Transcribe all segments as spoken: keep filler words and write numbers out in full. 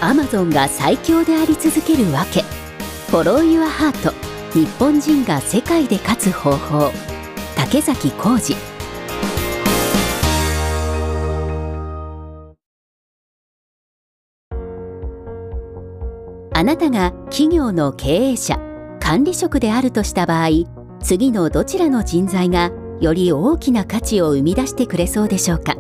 アマゾンが最強であり続けるわけ。Follow Your Heart、日本人が世界で勝つ方法。竹崎浩二。あなたが企業の経営者、管理職であるとした場合、次のどちらの人材がより大きな価値を生み出してくれそうでしょうか。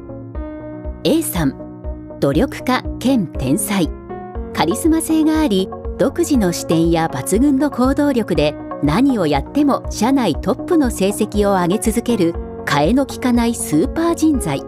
A さん、努力家兼天才。カリスマ性があり、独自の視点や抜群の行動力で何をやっても社内トップの成績を上げ続ける替えの利かないスーパー人材。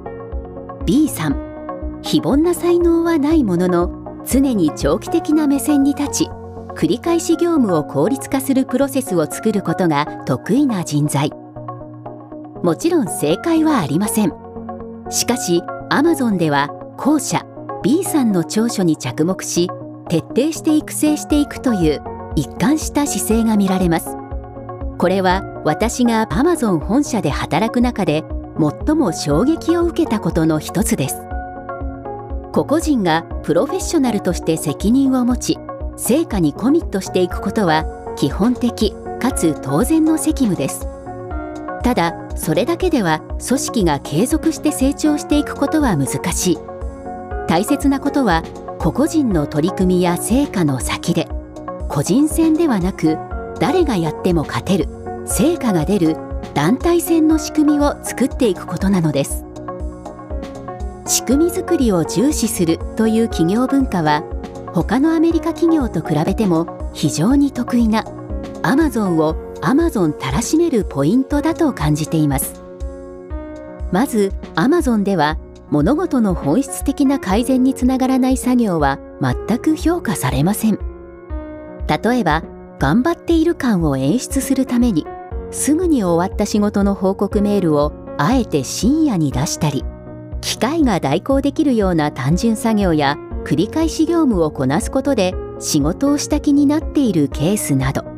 B さん、非凡な才能はないものの常に長期的な目線に立ち、繰り返し業務を効率化するプロセスを作ることが得意な人材。もちろん正解はありません。しかし Amazon では後者 B さんの長所に着目し、徹底して育成していくという一貫した姿勢が見られます。これは私が Amazon 本社で働く中で最も衝撃を受けたことの一つです。個々人がプロフェッショナルとして責任を持ち、成果にコミットしていくことは基本的かつ当然の責務です。ただ、それだけでは組織が継続して成長していくことは難しい。大切なことは個々人の取り組みや成果の先で、個人戦ではなく誰がやっても勝てる、成果が出る団体戦の仕組みを作っていくことなのです。仕組み作りを重視するという企業文化は他のアメリカ企業と比べても非常に得意な Amazon を Amazon たらしめるポイントだと感じています。まず Amazon では物事の本質的な改善につながらない作業は全く評価されません。例えば頑張っている感を演出するためにすぐに終わった仕事の報告メールをあえて深夜に出したり、機械が代行できるような単純作業や繰り返し業務をこなすことで仕事をした気になっているケースなど、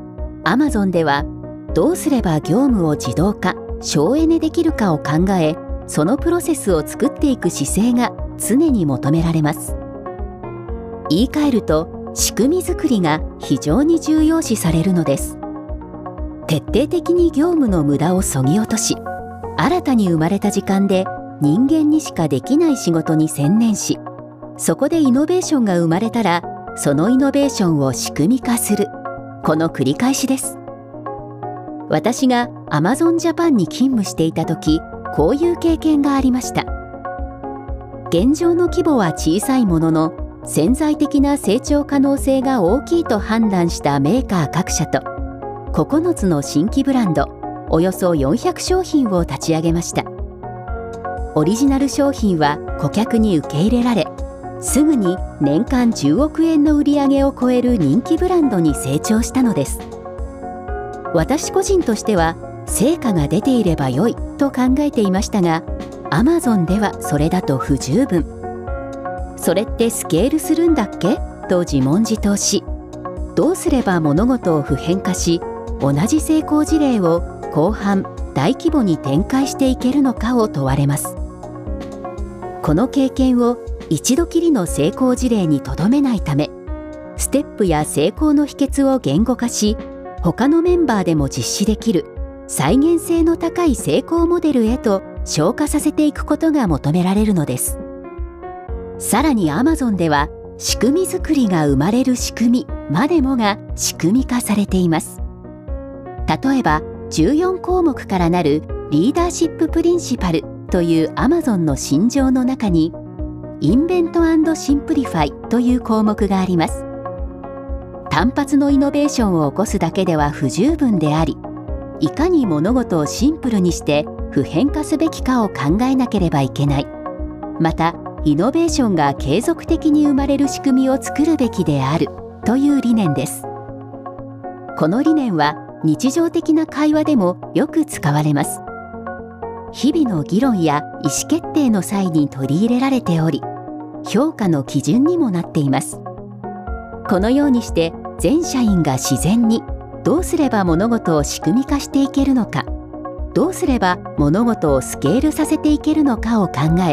Amazon ではどうすれば業務を自動化・省エネできるかを考え、そのプロセスを作っていく姿勢が常に求められます。言い換えると、仕組み作りが非常に重要視されるのです。徹底的に業務の無駄を削ぎ落とし、新たに生まれた時間で人間にしかできない仕事に専念し、そこでイノベーションが生まれたら、そのイノベーションを仕組み化する、この繰り返しです。私が Amazon Japan に勤務していた時、こういう経験がありました。現状の規模は小さいものの、潜在的な成長可能性が大きいと判断したメーカー各社と、ここのつの新規ブランド、およそよんひゃくしょうひんを立ち上げました。オリジナル商品は顧客に受け入れられ、すぐに年間じゅうおくえんの売り上げを超える人気ブランドに成長したのです。私個人としては成果が出ていれば良いと考えていましたが、 Amazon ではそれだと不十分。それってスケールするんだっけと自問自答し、どうすれば物事を普遍化し、同じ成功事例を後半大規模に展開していけるのかを問われます。この経験を一度きりの成功事例にとどめないため、ステップや成功の秘訣を言語化し、他のメンバーでも実施できる再現性の高い成功モデルへと昇華させていくことが求められるのです。さらに Amazon では仕組み作りが生まれる仕組みまでもが仕組み化されています。例えばじゅうよんこうもくからなるリーダーシッププリンシパルという Amazon の信条の中に、インベント&シンプリファイという項目があります。単発のイノベーションを起こすだけでは不十分であり、いかに物事をシンプルにして普遍化すべきかを考えなければいけない。また、イノベーションが継続的に生まれる仕組みを作るべきであるという理念です。この理念は日常的な会話でもよく使われます。日々の議論や意思決定の際に取り入れられており、評価の基準にもなっています。このようにして全社員が自然にどうすれば物事を仕組み化していけるのか、どうすれば物事をスケールさせていけるのかを考え、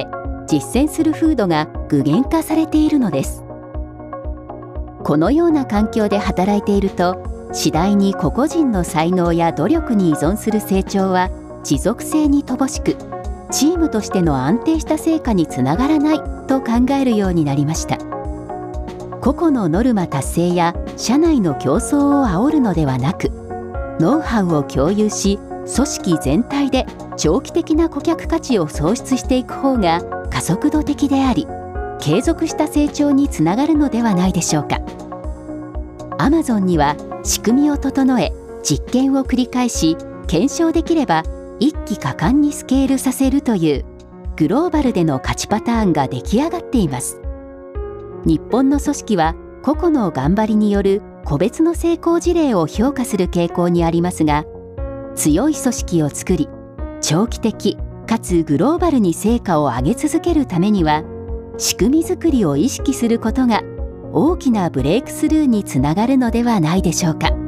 実践する風土が具現化されているのです。このような環境で働いていると、次第に個々人の才能や努力に依存する成長は持続性に乏しく、チームとしての安定した成果につながらないと考えるようになりました。個々のノルマ達成や社内の競争を煽るのではなく、ノウハウを共有し、組織全体で長期的な顧客価値を創出していく方が加速度的であり、継続した成長につながるのではないでしょうか。アマゾンには仕組みを整え、実験を繰り返し、検証できれば一気果敢にスケールさせるというグローバルでの勝ちパターンが出来上がっています。日本の組織は個々の頑張りによる個別の成功事例を評価する傾向にありますが、強い組織を作り、長期的かつグローバルに成果を上げ続けるためには、仕組み作りを意識することが大きなブレイクスルーにつながるのではないでしょうか。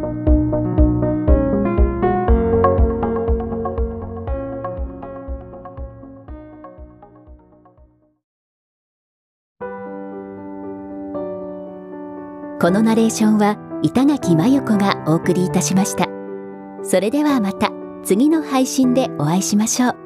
このナレーションは板垣真由子がお送りいたしました。それではまた次の配信でお会いしましょう。